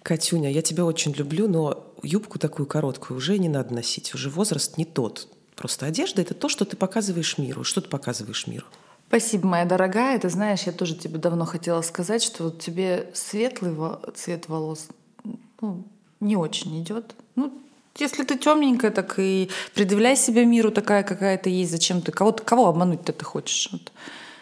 Катюня, я тебя очень люблю, но юбку такую короткую уже не надо носить. Уже возраст не тот. Просто одежда — это то, что ты показываешь миру. Что ты показываешь миру? Спасибо, моя дорогая. Ты знаешь, я тоже тебе давно хотела сказать, что вот тебе светлый цвет волос не очень идет. Если ты темненькая, так и предъявляй себя миру такая, какая ты есть. Зачем ты? Кого обмануть-то ты хочешь? Вот.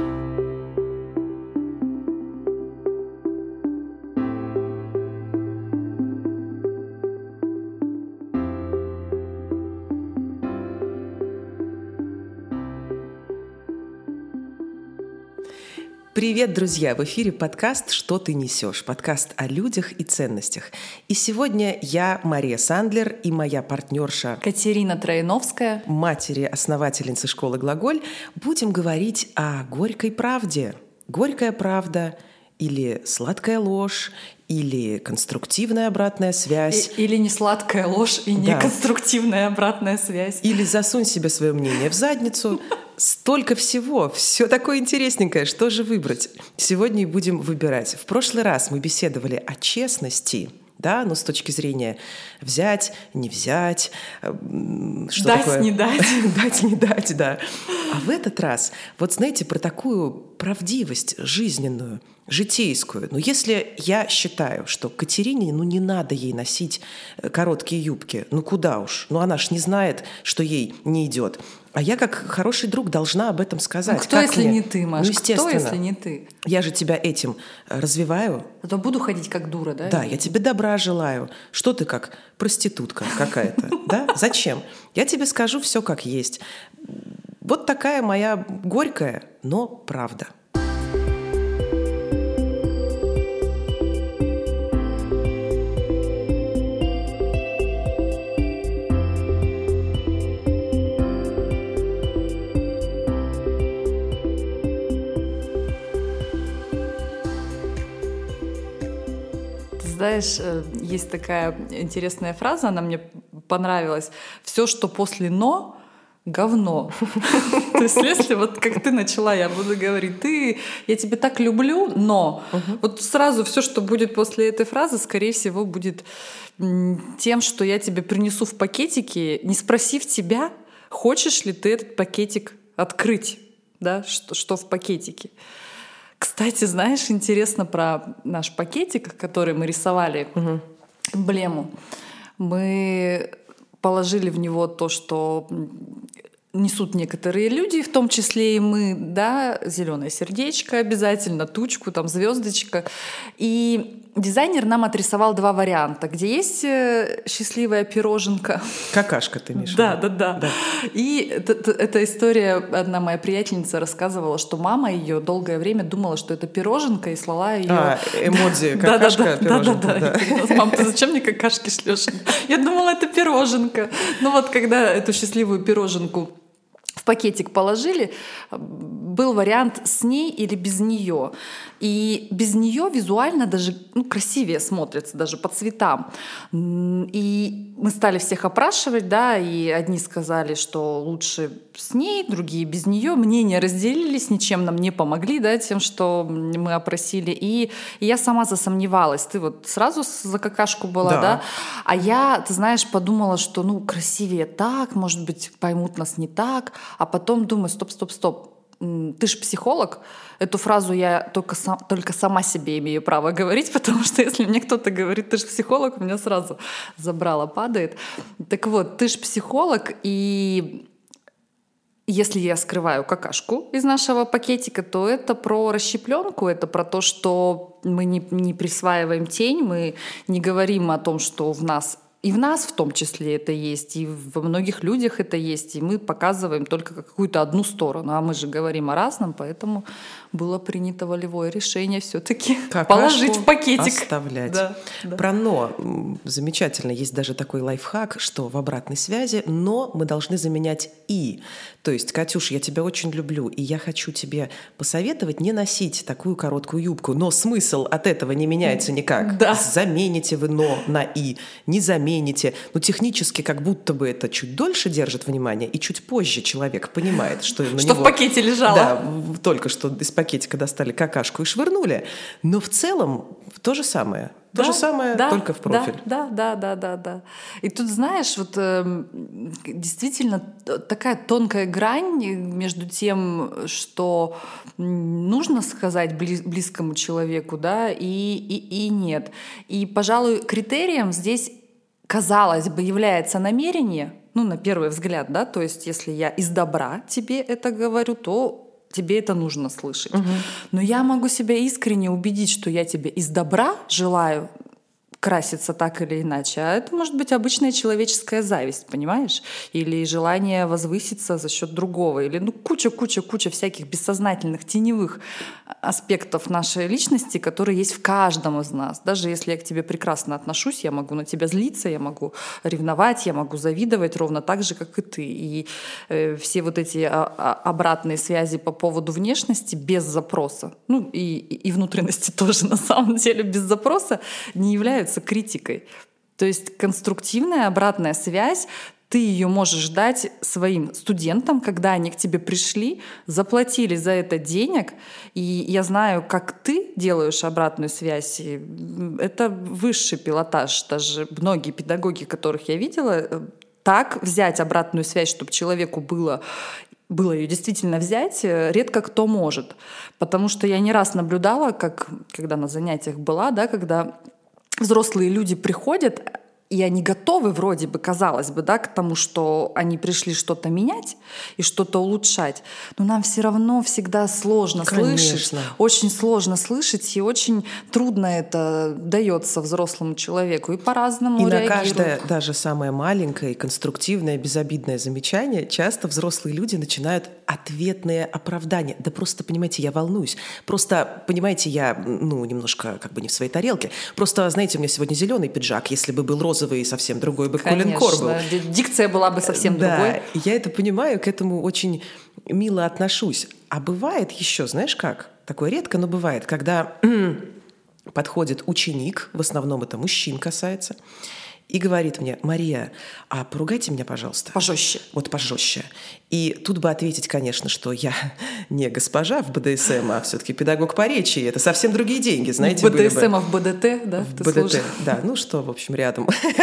Привет, друзья! В эфире подкаст «Что ты несешь?» Подкаст о людях и ценностях. И сегодня я, Мария Сандлер, и моя партнерша Катерина Троиновская, матери-основательницы школы «Глаголь», будем говорить о горькой правде. Горькая правда или сладкая ложь, или конструктивная обратная связь. Или не сладкая ложь и не конструктивная обратная связь. Или засунь себе свое мнение в задницу. Столько всего, все такое интересненькое. Что же выбрать? Сегодня и будем выбирать. В прошлый раз мы беседовали о честности, да, но с точки зрения взять, не взять, что дать, такое? Не дать. Дать, не дать, да. А в этот раз, вот знаете, про такую правдивость жизненную, житейскую. Но если я считаю, что Катерине, не надо ей носить короткие юбки, куда уж, она ж не знает, что ей не идет. А я, как хороший друг, должна об этом сказать. Кто, если не ты, Маш? Естественно. Кто, если не ты? Я же тебя этим развиваю. А то буду ходить как дура, да? Да, я тебе добра желаю. Что ты как проститутка какая-то, да? Зачем? Я тебе скажу все как есть. Вот такая моя горькая, но правда. Знаешь, есть такая интересная фраза, она мне понравилась. Все, что после «но», говно. То есть если вот как ты начала, я буду говорить, я тебя так люблю, но вот сразу все, что будет после этой фразы, скорее всего, будет тем, что я тебе принесу в пакетике, не спросив тебя, хочешь ли ты этот пакетик открыть, да, что в пакетике. Кстати, знаешь, интересно про наш пакетик, который мы рисовали, эмблему. Мы положили в него то, что несут некоторые люди, в том числе и мы, да, зеленое сердечко обязательно, тучку, там звездочка. И дизайнер нам отрисовал 2 варианта, где есть счастливая пироженка. Какашка ты, Миша. Да. И эта история, одна моя приятельница рассказывала, что мама ее долгое время думала, что это пироженка, и слала ее... Эмодзи, какашка, пироженка. Да. Мам, ты зачем мне какашки шлешь? Я думала, это пироженка. Когда эту счастливую пироженку в пакетик положили, был вариант с ней или без нее. И без нее визуально даже красивее смотрится, даже по цветам. И мы стали всех опрашивать, да, и одни сказали, что лучше с ней, другие без нее. Мнения разделились, ничем нам не помогли, да, тем, что мы опросили. И я сама засомневалась. Ты вот сразу за какашку была, да? А я, ты знаешь, подумала, что красивее так, может быть, поймут нас не так. А потом думаю, стоп. Ты же психолог. Эту фразу я только сама себе имею право говорить, потому что если мне кто-то говорит, ты же психолог, у меня сразу забрало падает. Так вот, ты же психолог, и если я скрываю какашку из нашего пакетика, то это про расщепленку, это про то, что мы не присваиваем тень, мы не говорим о том, что в нас в том числе это есть, и во многих людях это есть, и мы показываем только какую-то одну сторону, а мы же говорим о разном, поэтому было принято волевое решение все-таки положить в пакетик. Оставлять. Да. Про «но» замечательно. Есть даже такой лайфхак, что в обратной связи «но» мы должны заменять «и». То есть, Катюш, я тебя очень люблю, и я хочу тебе посоветовать не носить такую короткую юбку, но смысл от этого не меняется никак. Да. Замените вы «но» на «и», не замените, замените. Но технически как будто бы это чуть дольше держит внимание, и чуть позже человек понимает, что на что него... в пакете лежало. Да, только что из пакетика достали какашку и швырнули. Но в целом то же самое. То же самое, только в профиль. Да. И тут, знаешь, вот действительно такая тонкая грань между тем, что нужно сказать близкому человеку, да, и нет. И, пожалуй, критерием здесь, казалось бы, является намерение, ну, на первый взгляд, да, то есть если я из добра тебе это говорю, то тебе это нужно слышать. Но я могу себя искренне убедить, что я тебе из добра желаю краситься так или иначе. А это может быть обычная человеческая зависть, понимаешь? Или желание возвыситься за счет другого. Или куча всяких бессознательных, теневых аспектов нашей личности, которые есть в каждом из нас. Даже если я к тебе прекрасно отношусь, я могу на тебя злиться, я могу ревновать, я могу завидовать ровно так же, как и ты. И все вот эти обратные связи по поводу внешности без запроса, ну и внутренности тоже на самом деле без запроса, не являются критикой. То есть конструктивная обратная связь, ты ее можешь дать своим студентам, когда они к тебе пришли, заплатили за это денег, и я знаю, как ты делаешь обратную связь. Это высший пилотаж. Даже многие педагоги, которых я видела, так взять обратную связь, чтобы человеку было ее действительно взять, редко кто может. Потому что я не раз наблюдала, когда на занятиях была, да, когда взрослые люди приходят, и они готовы, вроде бы, казалось бы, да, к тому, что они пришли что-то менять и что-то улучшать. Но нам все равно всегда сложно слышать. Очень сложно слышать, и очень трудно это дается взрослому человеку. И по-разному реагируют. И на каждое, даже самое маленькое, конструктивное, безобидное замечание часто взрослые люди начинают ответные оправдания. Да просто, понимаете, я волнуюсь. Просто, понимаете, я, немножко как бы не в своей тарелке. Просто, знаете, у меня сегодня зеленый пиджак. Если бы был розовый, и совсем другой бы Колин Кор был. Дикция была бы совсем другой. Да, я это понимаю, к этому очень мило отношусь. А бывает еще, знаешь как? Такое редко, но бывает, когда подходит ученик, в основном это мужчин касается, и говорит мне: Мария, а поругайте меня, пожалуйста. Пожестче. Вот пожестче. И тут бы ответить, конечно, что я не госпожа в БДСМ, а все-таки педагог по речи. Это совсем другие деньги, знаете. В БДСМ, а в БДТ, да? В БДТ, да. Ну что, в общем, рядом.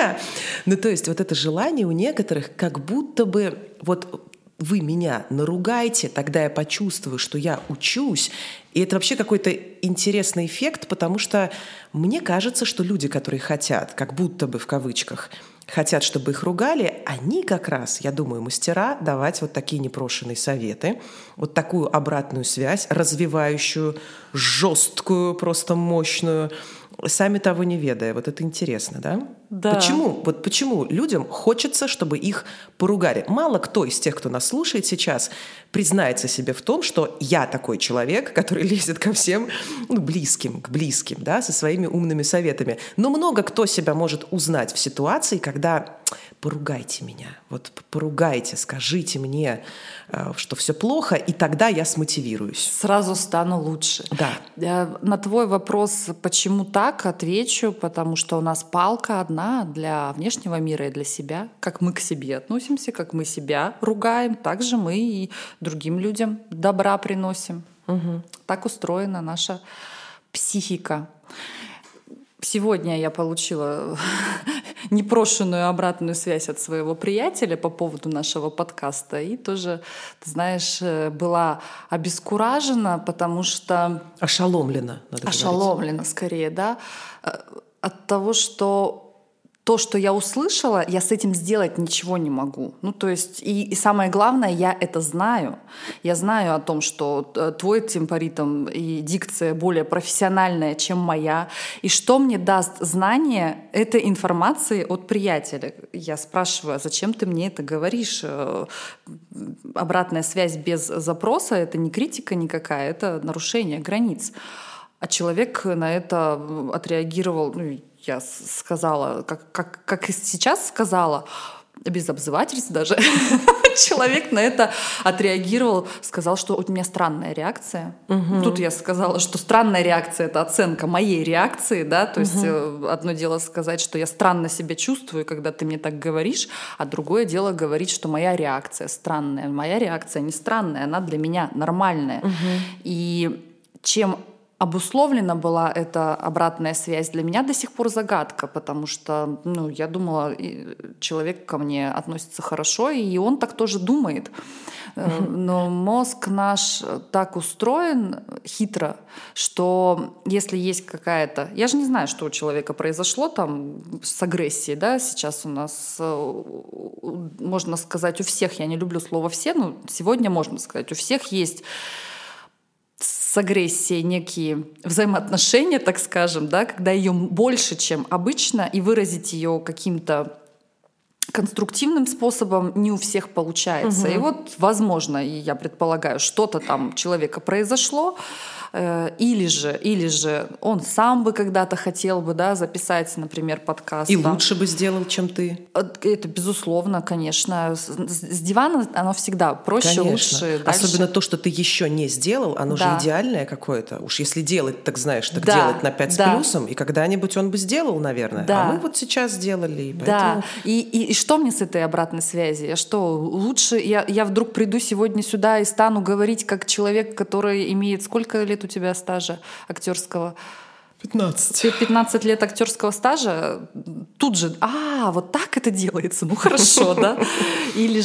Ну то есть вот это желание у некоторых, как будто бы вот вы меня наругайте, тогда я почувствую, что я учусь. И это вообще какой-то интересный эффект, потому что мне кажется, что люди, которые хотят, как будто бы в кавычках, хотят, чтобы их ругали, они как раз, я думаю, мастера давать вот такие непрошенные советы, вот такую обратную связь, развивающую, жесткую, просто мощную, сами того не ведая. Вот это интересно, да? Да. Почему людям хочется, чтобы их поругали? Мало кто из тех, кто нас слушает сейчас, признается себе в том, что я такой человек, который лезет ко всем близким, да, со своими умными советами. Но много кто себя может узнать в ситуации, когда поругайте меня, вот поругайте, скажите мне, что все плохо, и тогда я смотивируюсь. Сразу стану лучше. Да. На твой вопрос, почему так, отвечу, потому что у нас палка одна для внешнего мира и для себя. Как мы к себе относимся, как мы себя ругаем, так же мы и другим людям добра приносим. Угу. Так устроена наша психика. Сегодня я получила непрошенную обратную связь от своего приятеля по поводу нашего подкаста. И тоже, ты знаешь, была обескуражена, потому что... Ошеломлена, надо говорить. Ошеломлена, скорее, да. От того, что то, что я услышала, я с этим сделать ничего не могу. Ну, то есть, и самое главное, я это знаю. Я знаю о том, что твой темпоритм и дикция более профессиональная, чем моя. И что мне даст знание этой информации от приятеля? Я спрашиваю: а зачем ты мне это говоришь? Обратная связь без запроса — это не критика никакая, это нарушение границ. А человек на это отреагировал, я сказала, как и сейчас сказала, без обзывательств даже, человек на это отреагировал, сказал, что у меня странная реакция. Тут я сказала, что странная реакция — это оценка моей реакции, да, то есть одно дело сказать, что я странно себя чувствую, когда ты мне так говоришь, а другое дело говорить, что моя реакция странная. Моя реакция не странная, она для меня нормальная. И чем обусловлена была эта обратная связь, для меня до сих пор загадка, потому что я думала, человек ко мне относится хорошо, и он так тоже думает. Но мозг наш так устроен хитро, что если есть какая-то... Я же не знаю, что у человека произошло там с агрессией, да, сейчас у нас, можно сказать, у всех, я не люблю слово «все», но сегодня можно сказать, у всех есть с агрессией некие взаимоотношения, так скажем, да, когда ее больше, чем обычно, и выразить ее каким-то конструктивным способом не у всех получается. И вот, возможно, и я предполагаю, что-то там у человека произошло, или же он сам бы когда-то хотел бы, да, записать, например, подкаст. И лучше бы сделал, чем ты. Это безусловно, конечно. С дивана оно всегда проще, конечно. лучше. Особенно то, что ты еще не сделал, оно же идеальное какое-то. Уж если делать, так знаешь, так делать на 5 с плюсом, и когда-нибудь он бы сделал, наверное. А мы вот сейчас сделали. И поэтому... Да. И что мне с этой обратной связи? Лучше я вдруг приду сегодня сюда и стану говорить как человек, который имеет сколько лет у тебя стажа актерского? 15. 15 лет актерского стажа, тут же, вот так это делается, хорошо, да? Или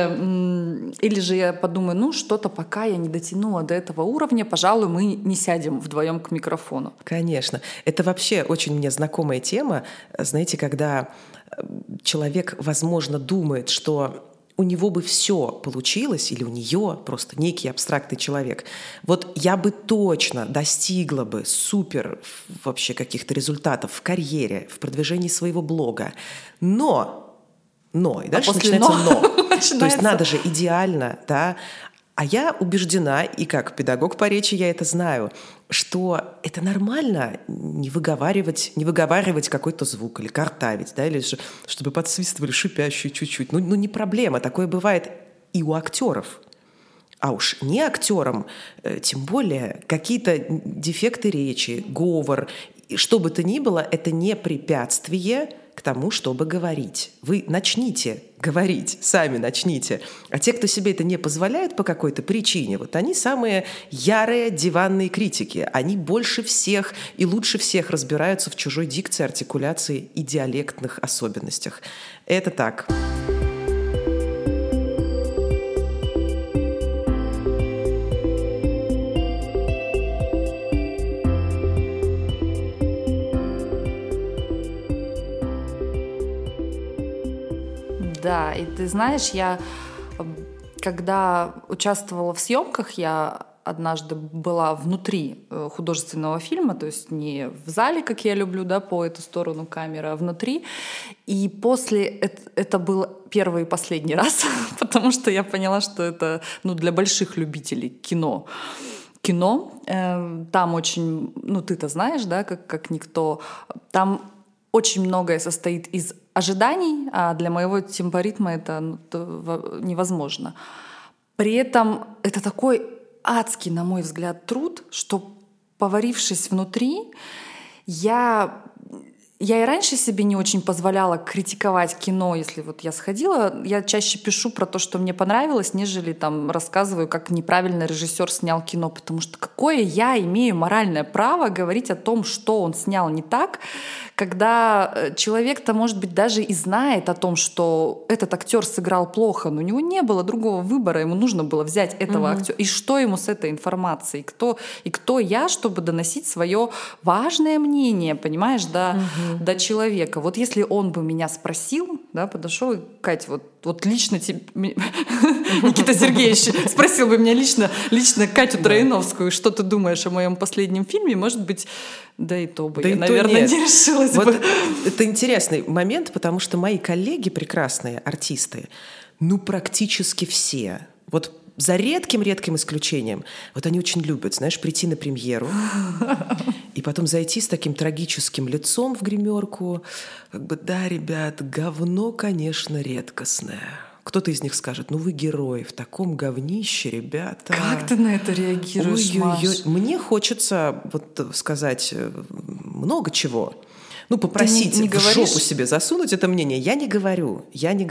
же я подумаю, что-то пока я не дотянула до этого уровня, пожалуй, мы не сядем вдвоем к микрофону. Конечно. Это вообще очень мне знакомая тема. Знаете, когда человек, возможно, думает, что у него бы все получилось, или у нее просто некий абстрактный человек. Вот я бы точно достигла бы супер вообще каких-то результатов в карьере, в продвижении своего блога. Но, и дальше начинается но. То есть надо же идеально, да. А я убеждена, и как педагог по речи я это знаю, что это нормально не выговаривать какой-то звук или картавить, да, или чтобы подсвистывали шипящие чуть-чуть. Не проблема, такое бывает и у актеров. А уж не актерам, тем более какие-то дефекты речи, говор, что бы то ни было, это не препятствие к тому, чтобы говорить. Вы начните говорить, сами начните. А те, кто себе это не позволяет по какой-то причине, вот они самые ярые диванные критики. Они больше всех и лучше всех разбираются в чужой дикции, артикуляции и диалектных особенностях. Это так. Да, и ты знаешь, я когда участвовала в съемках, я однажды была внутри художественного фильма, то есть не в зале, как я люблю, да, по эту сторону камеры, а внутри. И после это был первый и последний раз, потому что я поняла, что это для больших любителей кино, там очень, ты-то знаешь, да, как никто, там очень многое состоит из ожиданий, а для моего темпоритма это невозможно. При этом это такой адский, на мой взгляд, труд, что, поварившись внутри, я и раньше себе не очень позволяла критиковать кино, если вот я сходила. Я чаще пишу про то, что мне понравилось, нежели там рассказываю, как неправильно режиссер снял кино, потому что какое я имею моральное право говорить о том, что он снял не так, когда человек-то, может быть, даже и знает о том, что этот актер сыграл плохо, но у него не было другого выбора, ему нужно было взять этого актера. И что ему с этой информацией? Кто я, чтобы доносить свое важное мнение, понимаешь, до человека. Вот если он бы меня спросил, да, подошел и, Кать, вот лично тебе... Никита Сергеевич спросил бы меня лично Катю Троиновскую, что ты думаешь о моем последнем фильме, может быть, да и то бы я, наверное, не решилась бы. Это интересный момент, потому что мои коллеги, прекрасные артисты, практически все, вот за редким-редким исключением, вот они очень любят, знаешь, прийти на премьеру и потом зайти с таким трагическим лицом в гримерку, как бы, да, ребят, говно, конечно, редкостное. Кто-то из них скажет, ну вы герои, в таком говнище, ребята. Как ты на это реагируешь, Маш? Мне хочется вот сказать много чего. Ну, попросить не в говоришь? жопу себе засунуть это мнение. Я не говорю.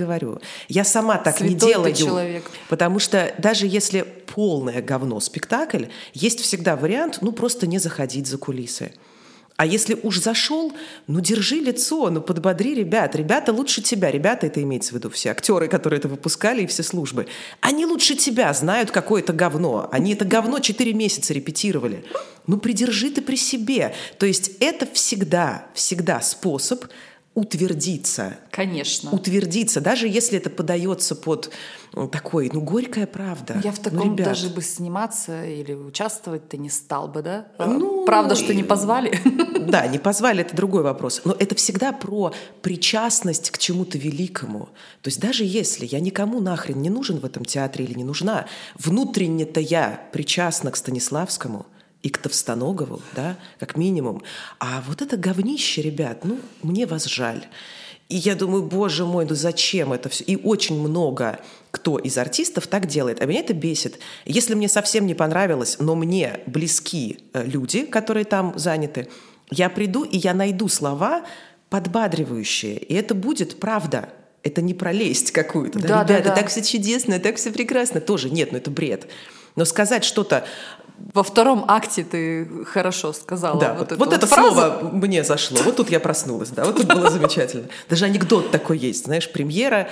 Я сама так Святой не делаю. ты человек. Потому что даже если полное говно спектакль, есть всегда вариант, ну, просто не заходить за кулисы. А если уж зашел, ну, держи лицо, ну, подбодри ребят. Ребята лучше тебя. Ребята, это имеется в виду все актеры, которые это выпускали, и все службы. Они лучше тебя знают, какое это говно. Они это говно 4 месяца репетировали. Ну, придержи ты при себе. То есть это всегда способ утвердиться. Конечно. Утвердиться, даже если это подается под такой, ну, горькая правда. Я в таком ребят, даже бы сниматься или участвовать ты не стал бы, да? Ну, правда, что не позвали? Да, не позвали, это другой вопрос. Но это всегда про причастность к чему-то великому. То есть даже если я никому нахрен не нужен в этом театре или не нужна, внутренне-то я причастна к Станиславскому и к Товстоногову, да, как минимум. А вот это говнище, ребят, ну, мне вас жаль. И я думаю, боже мой, ну зачем это все? И очень много кто из артистов так делает. А меня это бесит. Если мне совсем не понравилось, но мне близки люди, которые там заняты, я приду и я найду слова подбадривающие. И это будет правда. Это не про лесть какую-то. Да, ребята, так все чудесно, так все прекрасно. Тоже нет, ну это бред. Но сказать что-то... Во втором акте ты хорошо сказала. Да, вот это слово мне зашло. Вот тут я проснулась, да, вот тут было замечательно. Даже анекдот такой есть, знаешь, премьера,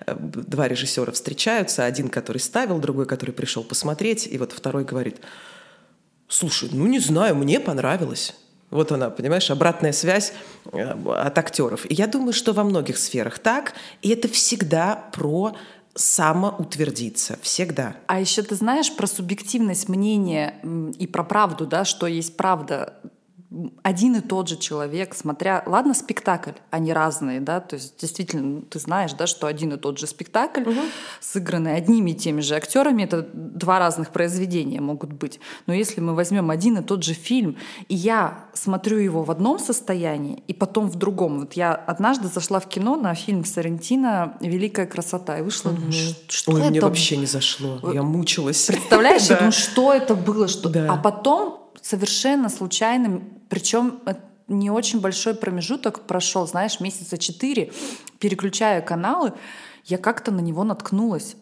2 режиссера встречаются, один, который ставил, другой, который пришел посмотреть, и вот второй говорит, слушай, ну не знаю, мне понравилось. Вот она, понимаешь, обратная связь от актеров. И я думаю, что во многих сферах так, и это всегда про самоутвердиться. Всегда. А еще ты знаешь про субъективность мнения и про правду, да, что есть правда. Один и тот же человек, смотря... Ладно, спектакль, они разные, да, то есть действительно ты знаешь, да, что один и тот же спектакль, сыгранный одними и теми же актерами, это 2 разных произведения могут быть. Но если мы возьмем один и тот же фильм, и я смотрю его в одном состоянии, и потом в другом. Вот я однажды зашла в кино на фильм Сарантино «Великая красота» и вышла, думаю, что Ой, это... мне вообще не зашло, я мучилась. Представляешь, я думаю, что это было, что... Да. А потом совершенно случайным, причем не очень большой промежуток прошел, знаешь, 4 месяца, переключая каналы, я как-то на него наткнулась.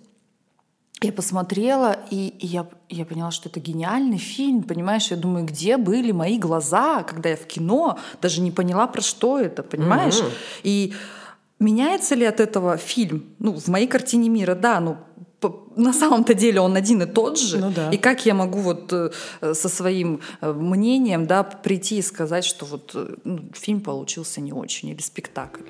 Я посмотрела, и я поняла, что это гениальный фильм, понимаешь? Я думаю, где были мои глаза, когда я в кино даже не поняла, про что это, понимаешь? И меняется ли от этого фильм? Ну, в моей картине мира, да, ну, на самом-то деле он один и тот же. Ну, да. И как я могу вот со своим мнением, да, прийти и сказать, что вот фильм получился не очень или спектакль?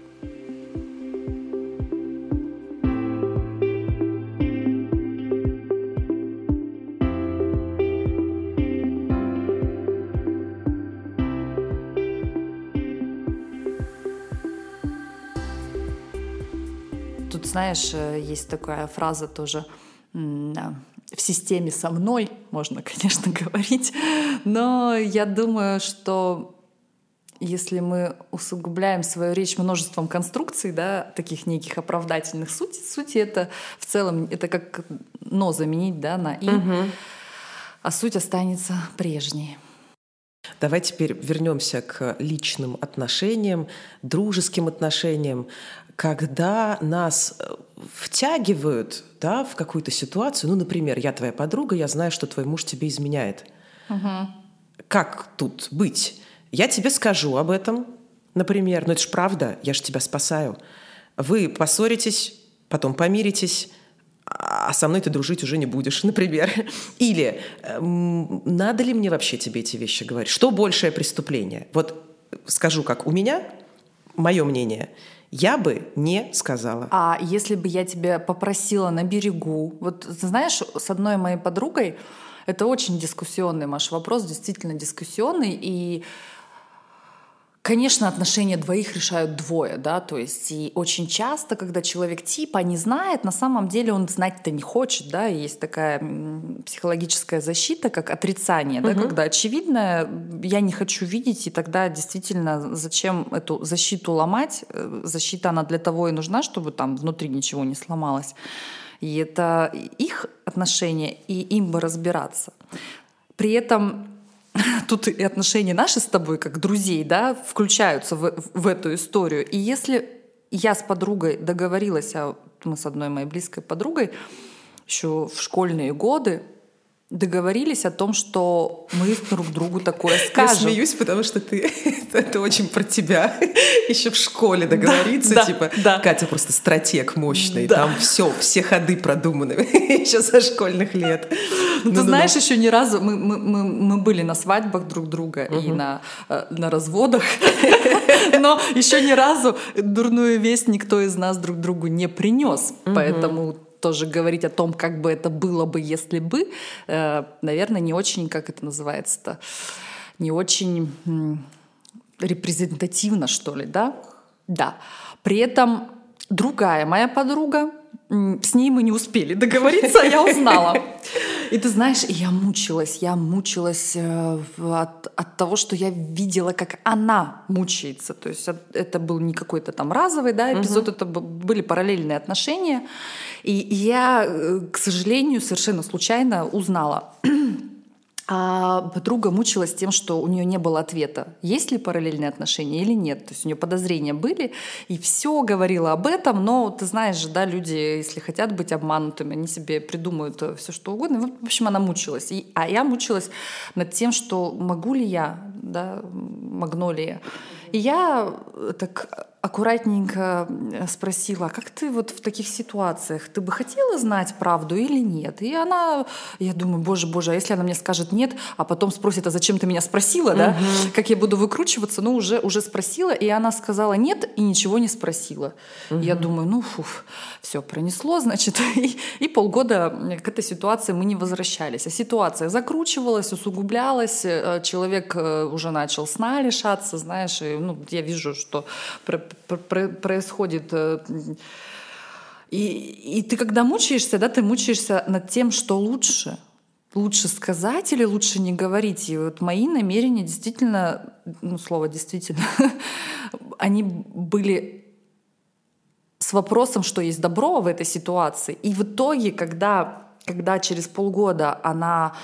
Тут, знаешь, есть такая фраза тоже в системе со мной, можно, конечно, говорить, но я думаю, что если мы усугубляем свою речь множеством конструкций, да, таких неких оправдательных, суть это в целом, это как «но» заменить, да, на «и», а суть останется прежней. Давай теперь вернемся к личным отношениям, дружеским отношениям, когда нас втягивают, да, в какую-то ситуацию. Ну, например, я твоя подруга, я знаю, что твой муж тебе изменяет. Как тут быть? Я тебе скажу об этом, например, но это ж правда, я же тебя спасаю. Вы поссоритесь, потом помиритесь, а со мной ты дружить уже не будешь, например. Или надо ли мне вообще тебе эти вещи говорить? Что большее преступление? Вот скажу, как у меня, мое мнение, я бы не сказала. А если бы я тебя попросила на берегу? Вот знаешь, с одной моей подругой, это очень дискуссионный, Маш, вопрос, действительно дискуссионный, и Конечно, отношения двоих решают двое, да, то есть и очень часто, когда человек типа не знает, на самом деле он знать-то не хочет, да, и есть такая психологическая защита, как отрицание, да, когда очевидно, я не хочу видеть, и тогда действительно зачем эту защиту ломать? Защита, она для того и нужна, чтобы там внутри ничего не сломалось. И это их отношения, и им бы разбираться. При этом тут и отношения наши с тобой, как друзей, да, включаются в эту историю. И если я с подругой договорилась, а мы с одной моей близкой подругой еще в школьные годы договорились о том, что мы друг другу такое скажем. Я смеюсь, потому что это очень про тебя. Еще в школе договориться, Катя просто стратег мощный, там все ходы продуманы еще со школьных лет. Ты знаешь, еще ни разу мы были на свадьбах друг друга и на разводах, но еще ни разу дурную весть никто из нас друг другу не принес, поэтому тоже говорить о том, как бы это было бы, если бы, наверное, не очень, как это называется-то, не очень репрезентативно, что ли, да? Да. При этом другая моя подруга, с ней мы не успели договориться, а я узнала. И ты знаешь, я мучилась от того, что я видела, как она мучается. То есть это был не какой-то там разовый, да, эпизод, это были параллельные отношения. И я, к сожалению, совершенно случайно узнала. А подруга мучилась тем, что у нее не было ответа, есть ли параллельные отношения или нет. То есть у нее подозрения были, и все говорила об этом, но ты знаешь же, да, люди, если хотят быть обманутыми, они себе придумают все что угодно. В общем, она мучилась. А я мучилась над тем, что могу ли я, да, Магнолия. И я так аккуратненько спросила: а как ты вот в таких ситуациях, ты бы хотела знать правду или нет? И она, я думаю, боже, а если она мне скажет нет, а потом спросит, а зачем ты меня спросила, да? Как я буду выкручиваться? Ну, уже спросила, и она сказала нет и ничего не спросила. Я думаю, все, пронесло, значит. И полгода к этой ситуации мы не возвращались. А ситуация закручивалась, усугублялась, человек уже начал сна лишаться, знаешь, и, я вижу, что происходит. И ты когда мучаешься, да, ты мучаешься над тем, что лучше. Лучше сказать или лучше не говорить. И вот мои намерения действительно, слово «действительно», они были с вопросом, что есть добро в этой ситуации. И в итоге, когда через полгода она,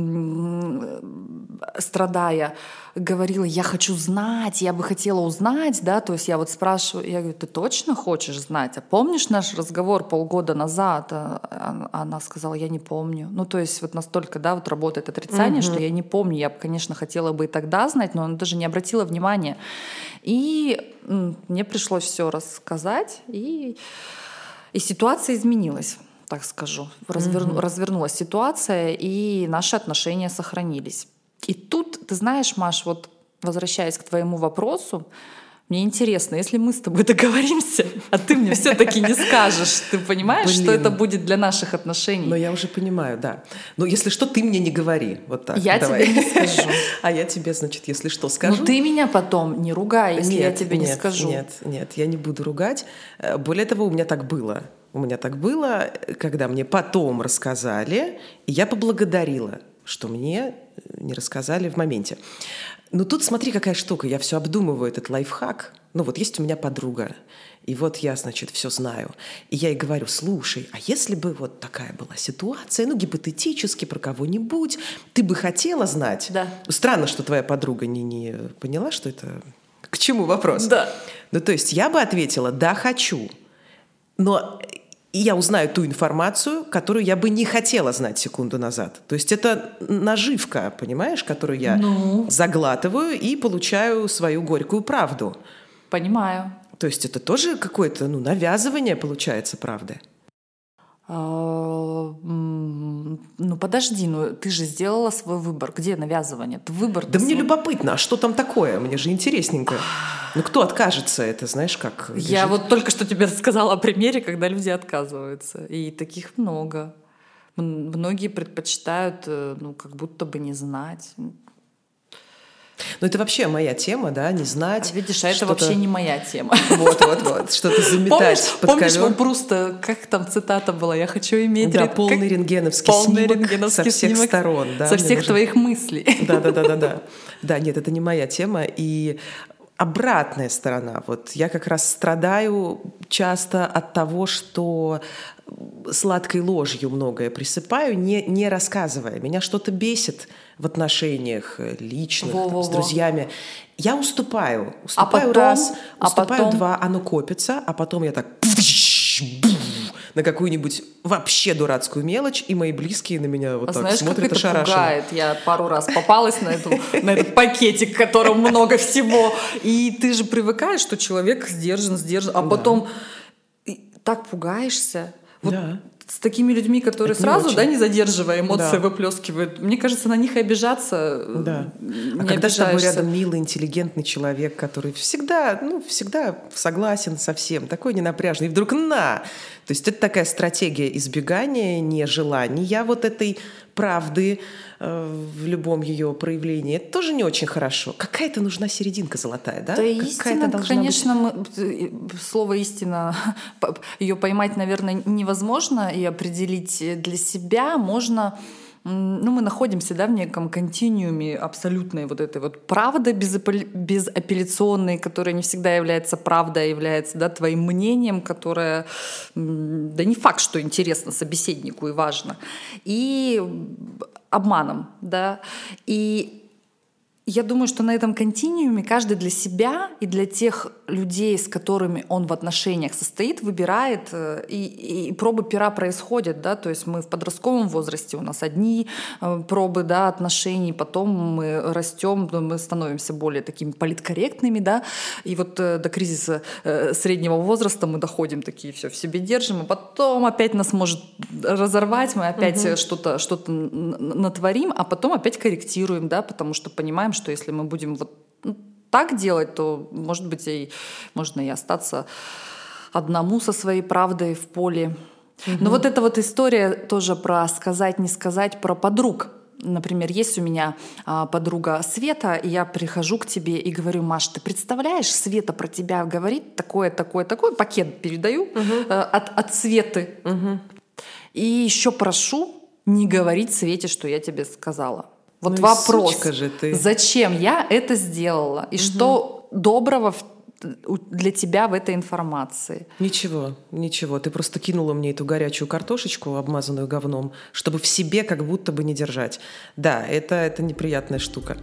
страдая, говорила: я хочу знать, я бы хотела узнать, да, то есть я вот спрашиваю, я говорю: ты точно хочешь знать? А помнишь наш разговор полгода назад? Она сказала: я не помню. То есть вот настолько, да, вот работает отрицание, что я не помню. Я бы, конечно, хотела бы и тогда знать, но она даже не обратила внимания. И мне пришлось все рассказать, и ситуация изменилась. Так скажу, развернулась ситуация, и наши отношения сохранились. И тут, ты знаешь, Маш, вот возвращаясь к твоему вопросу, мне интересно, если мы с тобой договоримся, а ты мне все-таки не скажешь, ты понимаешь, что это будет для наших отношений? Но я уже понимаю, да. Но если что, ты мне не говори. Вот так. Я тебе не скажу. А я тебе, значит, если что, скажу. Но ты меня потом не ругай, если я тебе не скажу. Нет, я не буду ругать. Более того, у меня так было. Когда мне потом рассказали, и я поблагодарила, что мне не рассказали в моменте. Но тут смотри, какая штука. Я все обдумываю, этот лайфхак. Вот есть у меня подруга, и вот я, значит, все знаю. И я ей говорю: слушай, а если бы вот такая была ситуация, гипотетически, про кого-нибудь, ты бы хотела знать? Да. Странно, что твоя подруга не поняла, что это... К чему вопрос? Да. То есть я бы ответила: да, хочу. Но я узнаю ту информацию, которую я бы не хотела знать секунду назад. То есть это наживка, понимаешь, которую я заглатываю и получаю свою горькую правду. Понимаю. То есть это тоже какое-то навязывание получается правды. Подожди, ты же сделала свой выбор. Где навязывание? Да мне любопытно, а что там такое? Мне же интересненько. Кто откажется? Это знаешь, как... Я вот только что тебе рассказала о примере, когда люди отказываются. И таких много. Многие предпочитают, как будто бы не знать. Ну, это вообще моя тема, да, не знать. Видишь, а это вообще не моя тема. Вот, что-то заметать под ковер. Помнишь, просто, как там цитата была? Я хочу иметь... Да, полный рентгеновский снимок со всех сторон. Да, со всех твоих мыслей. Да. Да, нет, это не моя тема. И обратная сторона. Вот я как раз страдаю часто от того, что сладкой ложью многое присыпаю, не рассказывая. Меня что-то бесит в отношениях личных, там, с друзьями. Я уступаю раз, уступаю два, оно копится, а потом я так на какую-нибудь вообще дурацкую мелочь, и мои близкие на меня вот так смотрят ошарашенно. Пугает? Я пару раз попалась на этот пакетик, в котором много всего, и ты же привыкаешь, что человек сдержан, а потом так пугаешься. Вот с такими людьми, которые это сразу, не задерживая эмоции, выплескивают. Мне кажется, на них и обижаться. Да. А когда с тобой рядом милый, интеллигентный человек, который всегда согласен со всем, такой ненапряжный, и вдруг на! То есть это такая стратегия избегания, нежелания вот этой правды в любом ее проявлении. Это тоже не очень хорошо. Какая-то нужна серединка золотая, да? Да, истина, конечно, слово «истина», ее поймать, наверное, невозможно и определить для себя. Можно... мы находимся, в неком континууме абсолютной вот этой вот правды безапелляционной, которая не всегда является правдой, а является, твоим мнением, которое, не факт, что интересно собеседнику и важно, и обманом, и я думаю, что на этом континууме каждый для себя и для тех людей, с которыми он в отношениях состоит, выбирает, и пробы пера происходят, то есть мы в подростковом возрасте, у нас одни пробы, отношений, потом мы растем, мы становимся более такими политкорректными, и вот до кризиса среднего возраста мы доходим такие, все в себе держим, а потом опять нас может разорвать, мы опять что-то натворим, а потом опять корректируем, потому что понимаем, что если мы будем вот так делать, то, может быть, можно и остаться одному со своей правдой в поле. Но вот эта вот история тоже про сказать, не сказать, про подруг. Например, есть у меня подруга Света, и я прихожу к тебе и говорю: Маш, ты представляешь, Света про тебя говорит такое, пакет передаю от Светы. И еще прошу не говорить Свете, что я тебе сказала. Вот вопрос, же ты. Зачем я это сделала? И что доброго для тебя в этой информации? Ничего. Ты просто кинула мне эту горячую картошечку, обмазанную говном, чтобы в себе как будто бы не держать. Да, это неприятная штука.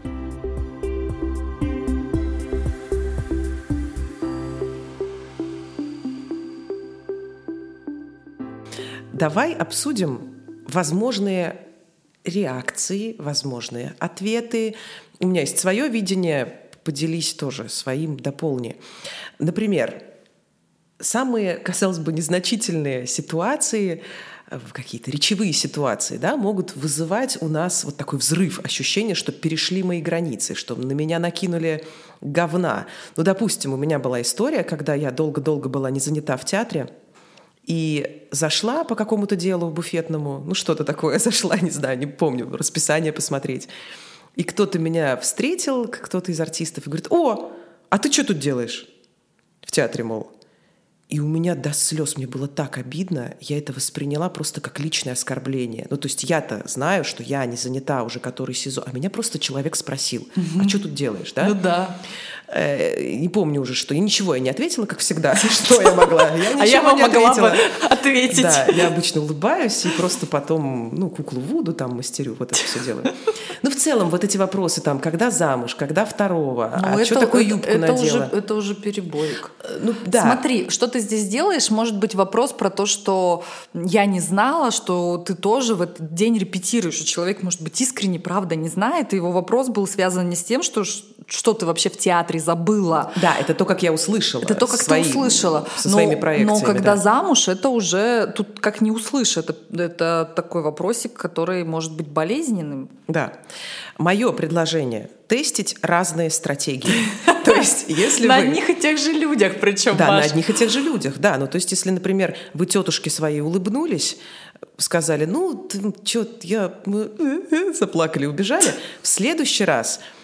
Давай обсудим возможные реакции, возможные ответы. У меня есть свое видение, поделись тоже своим, дополни. Например, самые, казалось бы, незначительные ситуации, какие-то речевые ситуации, могут вызывать у нас вот такой взрыв, ощущение, что перешли мои границы, что на меня накинули говна. Допустим, у меня была история, когда я долго-долго была не занята в театре, и зашла по какому-то делу буфетному, что-то такое, зашла, не знаю, не помню, расписание посмотреть. И кто-то меня встретил, кто-то из артистов, и говорит: «О, а ты что тут делаешь?» В театре, мол. И у меня до слез, мне было так обидно, я это восприняла просто как личное оскорбление. То есть я-то знаю, что я не занята уже который сезон, а меня просто человек спросил: «А что тут делаешь?» Да. Не помню уже, что. И ничего я не ответила, как всегда. Что я могла? Я вам могла бы ответить. Да, я обычно улыбаюсь и просто потом, куклу Вуду там мастерю, вот это все делаю. В целом, вот эти вопросы там, когда замуж, когда второго, что такое юбку надела? Это уже переборик. Да. Смотри, что ты здесь делаешь, может быть вопрос про то, что я не знала, что ты тоже в этот день репетируешь, что человек, может быть, искренне, правда, не знает, и его вопрос был связан не с тем, что ты вообще в театре забыла. Да, это то, как я услышала. Это то, как ты услышала. Со своими проекциями. Но когда замуж, это уже тут как не услышишь. Это такой вопросик, который может быть болезненным. Да. Мое предложение — тестить разные стратегии. То есть, если на одних и тех же людях, причем. Да, на одних и тех же людях, да. То есть, если, например, вы тетушке своей улыбнулись, сказали: мы заплакали, убежали, в следующий раз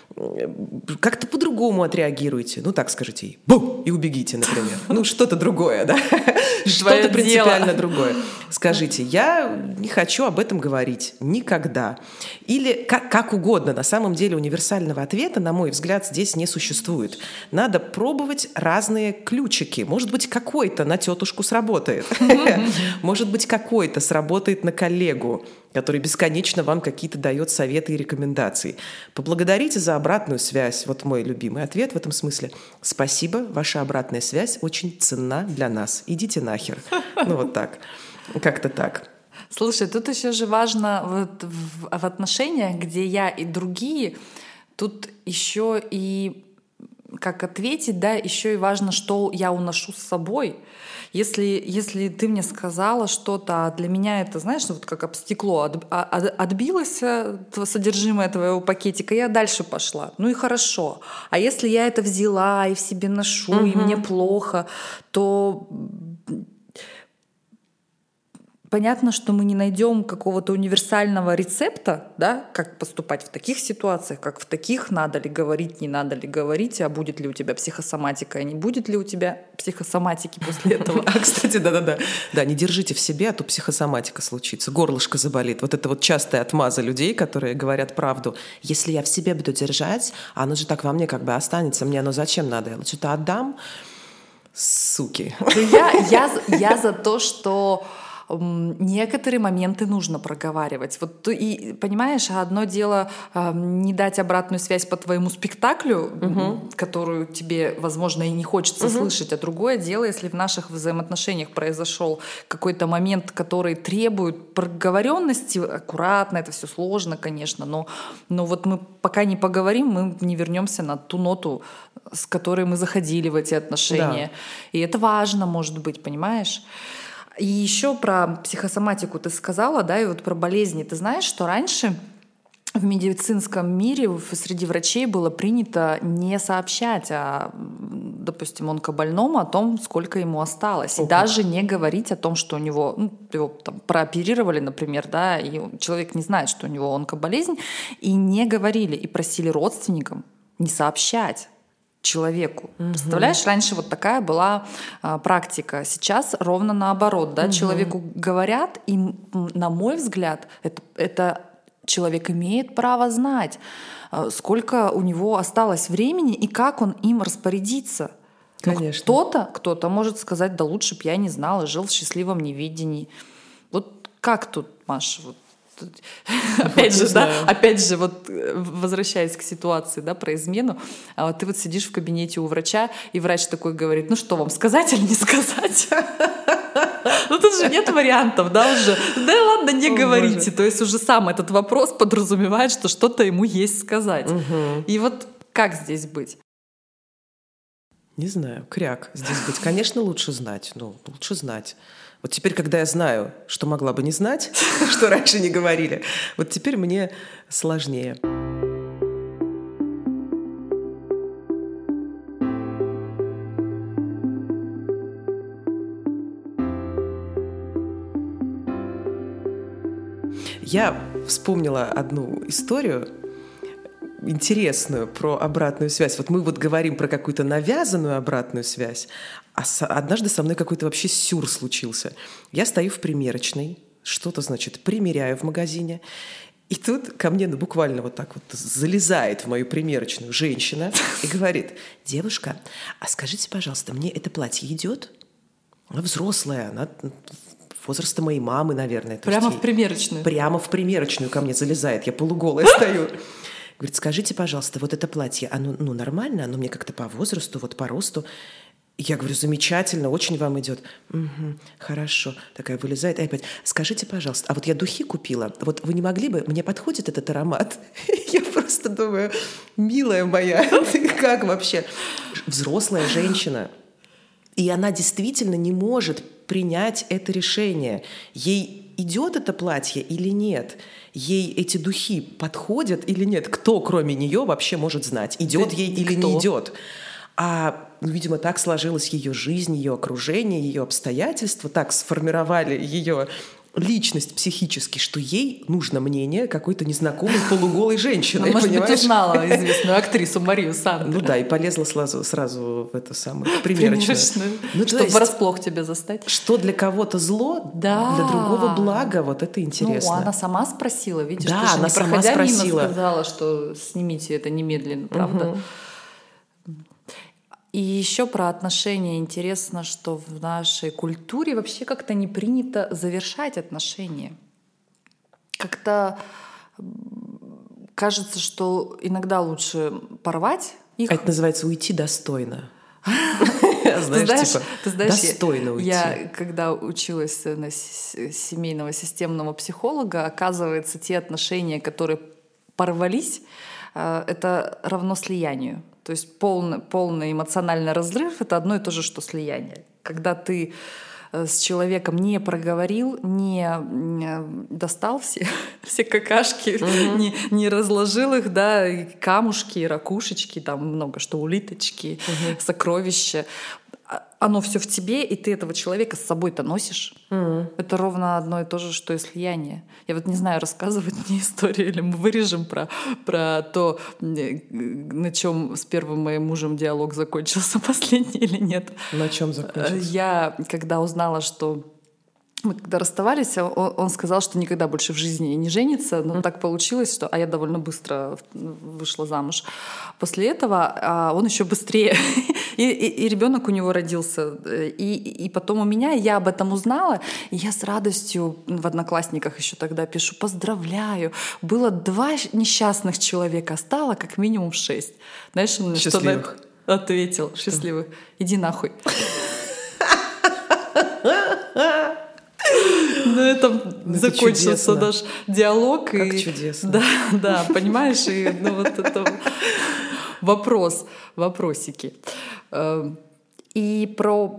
как-то по-другому отреагируйте. Ну, так скажите ей, бу, и убегите, например. Ну, что-то другое, да? Что-то принципиально другое. Скажите, я не хочу об этом говорить никогда. Или как угодно. На самом деле универсального ответа, на мой взгляд, здесь не существует. Надо пробовать разные ключики. Может быть, какой-то на тетушку сработает. Может быть, какой-то сработает на коллегу, который бесконечно вам какие-то дает советы и рекомендации. Поблагодарите за обратную связь. Вот мой любимый ответ в этом смысле. Спасибо, ваша обратная связь очень ценна для нас. Идите нахер. Ну вот так. Как-то так. Слушай, тут еще же важно вот в отношениях, где я и другие, тут еще и как ответить, да, еще и важно, что я уношу с собой. Если ты мне сказала что-то, а для меня это, знаешь, вот как об стекло отбилось содержимое твоего пакетика, я дальше пошла. Ну и хорошо. А если я это взяла и в себе ношу, и мне плохо, то понятно, что мы не найдем какого-то универсального рецепта, да, как поступать в таких ситуациях, как в таких, надо ли говорить, не надо ли говорить, а будет ли у тебя психосоматика, а не будет ли у тебя психосоматики после этого. А, кстати, да-да-да. Да, не держите в себе, а то психосоматика случится, горлышко заболит. Вот это вот частая отмаза людей, которые говорят правду. Если я в себе буду держать, оно же так во мне как бы останется, мне оно зачем надо? Я что-то отдам? Суки. Я за то, что некоторые моменты нужно проговаривать. Вот и понимаешь, одно дело не дать обратную связь по твоему спектаклю, которую тебе, возможно, и не хочется слышать, а другое дело, если в наших взаимоотношениях произошел какой-то момент, который требует проговоренности, аккуратно, это все сложно, конечно, но вот мы пока не поговорим, мы не вернемся на ту ноту, с которой мы заходили в эти отношения. Да. И это важно, может быть, понимаешь? И еще про психосоматику ты сказала, да, и вот про болезни. Ты знаешь, что раньше в медицинском мире среди врачей было принято не сообщать допустим, онкобольному о том, сколько ему осталось. И даже не говорить о том, что у него, его там прооперировали, например, да, и человек не знает, что у него онкоболезнь, и не говорили, и просили родственникам не сообщать человеку. Представляешь, раньше вот такая была практика. Сейчас ровно наоборот. Да? Человеку говорят, и, на мой взгляд, это человек имеет право знать, сколько у него осталось времени и как он им распорядиться. Конечно. Кто-то может сказать, да лучше б я не знал и жил в счастливом неведении. Вот как тут, Маша, вот Опять же, вот возвращаясь к ситуации, да, про измену, ты вот сидишь в кабинете у врача, и врач такой говорит, ну что вам, сказать или не сказать? Ну тут же нет вариантов, да, уже. Да ладно, не говорите. То есть уже сам этот вопрос подразумевает, что что-то ему есть сказать. И вот как здесь быть? Не знаю, кряк здесь быть. Конечно, лучше знать. Лучше знать. Вот теперь, когда я знаю, что могла бы не знать, что раньше не говорили, вот теперь мне сложнее. Я вспомнила одну историю интересную про обратную связь. Вот мы вот говорим про какую-то навязанную обратную связь, а однажды со мной какой-то вообще сюр случился. Я стою в примерочной, что-то, значит, примеряю в магазине, и тут ко мне буквально вот так вот залезает в мою примерочную женщина и говорит: девушка, а скажите, пожалуйста, мне это платье идет? Она взрослая, она возраста моей мамы, наверное. Прямо в примерочную? Прямо в примерочную ко мне залезает, я полуголая стою. Говорит: скажите, пожалуйста, вот это платье, оно нормально? Оно мне как-то по возрасту, вот по росту? Я говорю: замечательно, очень вам идет. Угу, хорошо. Такая вылезает и опять: скажите, пожалуйста, а вот я духи купила, вот вы не могли бы, мне подходит этот аромат? Я просто думаю: милая моя, ты как вообще? Взрослая женщина. И она действительно не может принять это решение. Ей идет это платье или нет? Ей эти духи подходят или нет? Кто, кроме нее, вообще может знать, идет ей или не идет? Видимо, так сложилась ее жизнь, ее окружение, ее обстоятельства, так сформировали ее личность психически, что ей нужно мнение какой-то незнакомой полуголой женщины. Может быть, понимаешь? узнала известную актрису Марию Санду. Ну да, и полезла сразу в это самое примерочную. Ну, чтобы врасплох тебя застать. Что для кого-то зло, для другого благо, вот это интересно. Ну, она сама спросила, видишь, да, ты же она не сама проходя спросила. мимо сказала, что снимите это немедленно, правда? И еще про отношения интересно, что в нашей культуре вообще как-то не принято завершать отношения. Как-то кажется, что иногда лучше порвать их. Это называется уйти достойно. Знаешь, достойно уйти. Я когда училась на семейного системного психолога, оказывается, те отношения, которые порвались, это равно слиянию. То есть полный эмоциональный разрыв — это одно и то же, что слияние. Когда ты с человеком не проговорил, не достал все какашки, не разложил их, да, и камушки, и ракушечки, там много что, улиточки, сокровища. Оно все в тебе, и ты этого человека с собой-то носишь. Это ровно одно и то же, что и слияние. Я вот не знаю, рассказывать мне историю, или мы вырежем про то, на чем с первым моим мужем диалог закончился, последний или нет. На чем закончился? Я, когда узнала, что мы когда расставались, он сказал, что никогда больше в жизни не женится, но так получилось, что... А я довольно быстро вышла замуж. После этого он еще быстрее. И ребенок у него родился. И потом у меня, я об этом узнала, и я с радостью в Одноклассниках еще тогда пишу: поздравляю, было 2 несчастных человека, стало как минимум 6. Знаешь, он что на это ответил? Счастливых. Иди нахуй. На этом закончился наш диалог. Как чудесно. Да, понимаешь, и вот это вопросики. И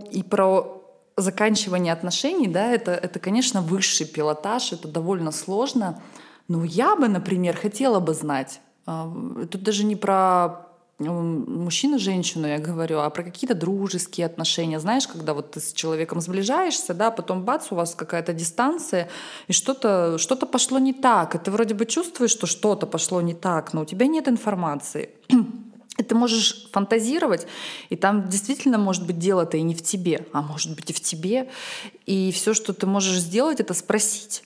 про заканчивание отношений, да, это, конечно, высший пилотаж, это довольно сложно. Но я бы, например, хотела бы знать, тут даже не про мужчину, женщину я говорю, а про какие-то дружеские отношения. Знаешь, когда вот ты с человеком сближаешься, да, потом бац, у вас какая-то дистанция, и что-то пошло не так. И ты вроде бы чувствуешь, что что-то пошло не так, но у тебя нет информации. И ты можешь фантазировать, и там действительно может быть дело-то и не в тебе, а может быть и в тебе. И все, что ты можешь сделать, это спросить.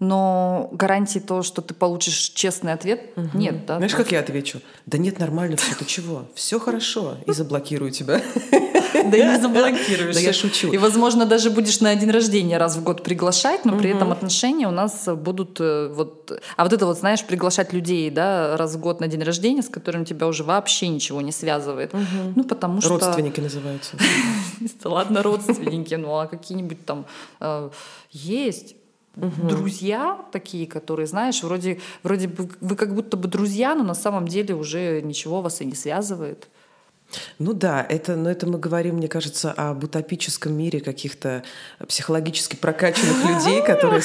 Но гарантии того, что ты получишь честный ответ, нет. Да? Знаешь, как я отвечу? Да нет, нормально все, ты чего? Все хорошо. И заблокирую тебя. Да и не заблокируешь. Да я шучу. И, возможно, даже будешь на день рождения раз в год приглашать, но при этом отношения у нас будут вот... А вот это вот, знаешь, приглашать людей, да, раз в год на день рождения, с которым тебя уже вообще ничего не связывает. Ну, потому что... Родственники называются. Ладно, родственники, ну а какие-нибудь там есть... Друзья такие, которые, знаешь, вроде бы вы как будто бы друзья, но на самом деле уже ничего вас и не связывает. Ну да, это мы говорим, мне кажется, об утопическом мире каких-то психологически прокачанных людей, которые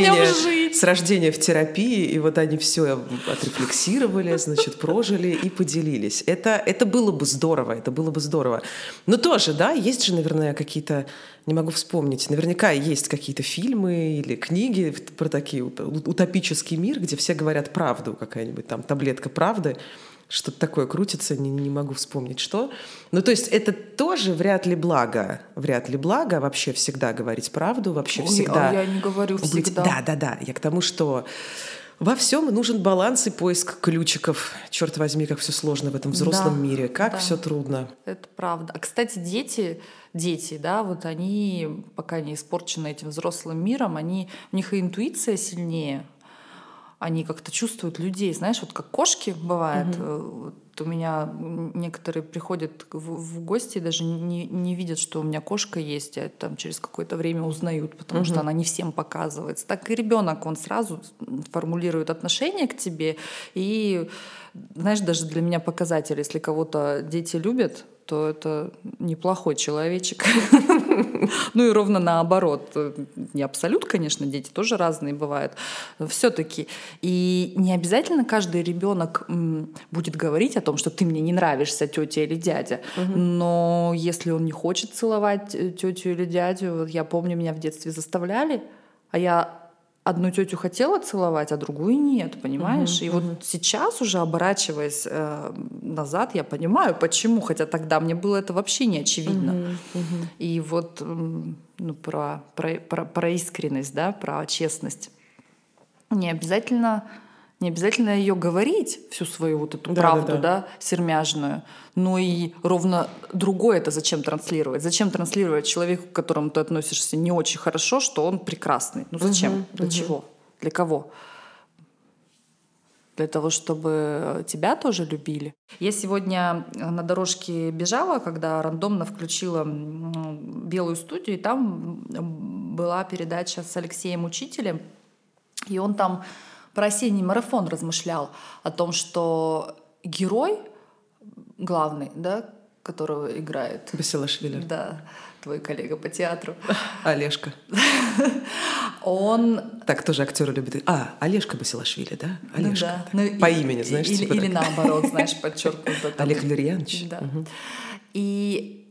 с рождения в терапии, и вот они все отрефлексировали, значит, прожили и поделились. Это было бы здорово, Но тоже, да, есть же, наверное, какие-то, не могу вспомнить, наверняка есть какие-то фильмы или книги про такие утопический мир, где все говорят правду, какая-нибудь там таблетка правды. Что-то такое крутится, не могу вспомнить, что. Ну, то есть это тоже вряд ли благо вообще всегда говорить правду, вообще всегда... А я не говорю всегда. Да. Я к тому, что во всем нужен баланс и поиск ключиков. Черт возьми, как все сложно в этом взрослом мире, как все трудно. Это правда. А, кстати, дети, да, вот они, пока не испорчены этим взрослым миром, у них и интуиция сильнее. Они как-то чувствуют людей, знаешь, вот как кошки бывает. Вот у меня некоторые приходят в гости и даже не видят, что у меня кошка есть, а там через какое-то время узнают, потому что она не всем показывается. Так и ребенок, он сразу формулирует отношение к тебе. И, знаешь, даже для меня показатель, если кого-то дети любят, то это неплохой человечек. Ну и ровно наоборот. Не абсолют, конечно, дети тоже разные бывают. Все-таки. И не обязательно каждый ребенок будет говорить о том, что ты мне не нравишься, тетя или дядя. Но если он не хочет целовать тетю или дядю, я помню, меня в детстве заставляли, а я одну тетю хотела целовать, а другую нет, понимаешь? И вот сейчас уже, оборачиваясь назад, я понимаю, почему, хотя тогда мне было это вообще не очевидно. И вот про искренность, да, про честность. Не обязательно ее говорить, всю свою вот эту правду, да, сермяжную, но и ровно другое это зачем транслировать? Зачем транслировать человеку, к которому ты относишься не очень хорошо, что он прекрасный? Ну зачем? Для чего? Для кого? Для того, чтобы тебя тоже любили. Я сегодня на дорожке бежала, когда рандомно включила «Белую студию», и там была передача с Алексеем Учителем, и он там про осенний марафон размышлял о том, что герой главный, да, которого играет Басилашвили. Да, твой коллега по театру. Олежка. Он... Так тоже актеры любят. Олежка Басилашвили, да? Олежка. Да. По имени, знаешь, или наоборот, знаешь, подчеркнуто. Олег Валерьянович. Да. И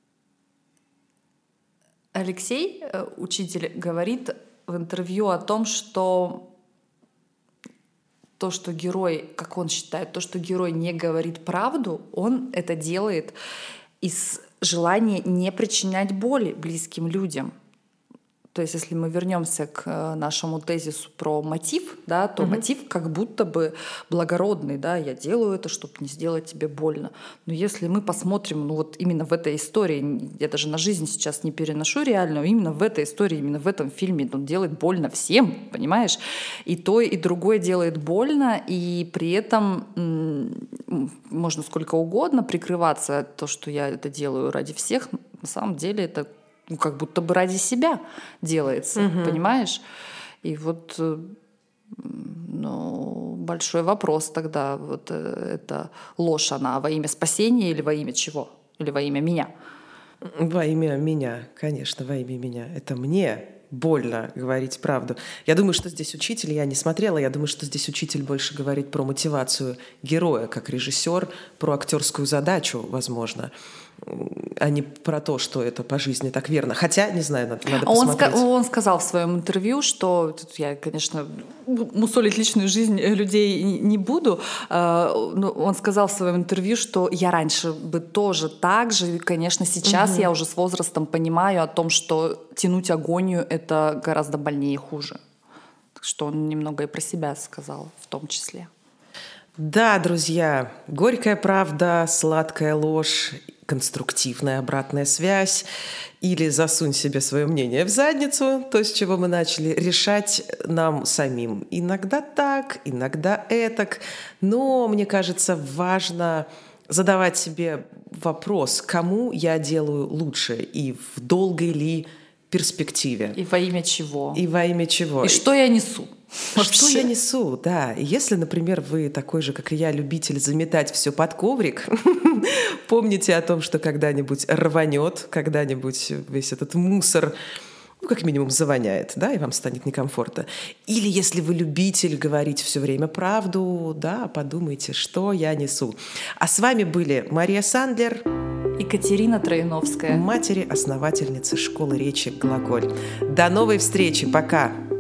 Алексей, учитель, говорит в интервью о том, что то, что герой, как он считает, то, что герой не говорит правду, он это делает из желания не причинять боли близким людям. То есть, если мы вернемся к нашему тезису про мотив, да, то мотив как будто бы благородный, да, я делаю это, чтобы не сделать тебе больно. Но если мы посмотрим, ну вот именно в этой истории, я даже на жизнь сейчас не переношу реальную, именно в этой истории, именно в этом фильме он делает больно всем, понимаешь? И то, и другое делает больно, и при этом можно сколько угодно прикрываться то, что я это делаю ради всех, на самом деле это как будто бы ради себя делается, понимаешь? И вот большой вопрос тогда, вот эта ложь, она во имя спасения или во имя чего? Или во имя меня? Во имя меня, конечно, во имя меня. Это мне больно говорить правду. Я думаю, что здесь учитель, я не смотрела, я думаю, что здесь учитель больше говорит про мотивацию героя, как режиссер, про актерскую задачу, возможно, а не про то, что это по жизни так верно. Хотя, не знаю, надо посмотреть. Он сказал в своем интервью, что тут я, конечно, мусолить личную жизнь людей не буду, но он сказал в своем интервью, что я раньше бы тоже так же, и, конечно, сейчас я уже с возрастом понимаю о том, что тянуть агонию — это гораздо больнее и хуже. Так что он немного и про себя сказал в том числе. Да, друзья, горькая правда, сладкая ложь, конструктивная обратная связь или засунь себе свое мнение в задницу, то, с чего мы начали, решать нам самим. Иногда так, иногда этак, но, мне кажется, важно задавать себе вопрос, кому я делаю лучше и в долгой ли перспективе. И во имя чего. И во имя чего. И что я несу. Вообще. Что я несу, да. И если, например, вы такой же, как и я, любитель заметать все под коврик, помните о том, что когда-нибудь рванет, когда-нибудь весь этот мусор, как минимум, завоняет, да, и вам станет некомфортно. Или если вы любитель говорить все время правду, да, подумайте, что я несу. А с вами были Мария Сандлер и Катерина Троиновская, матери-основательницы школы речи «Глаголь». До новой встречи. Пока!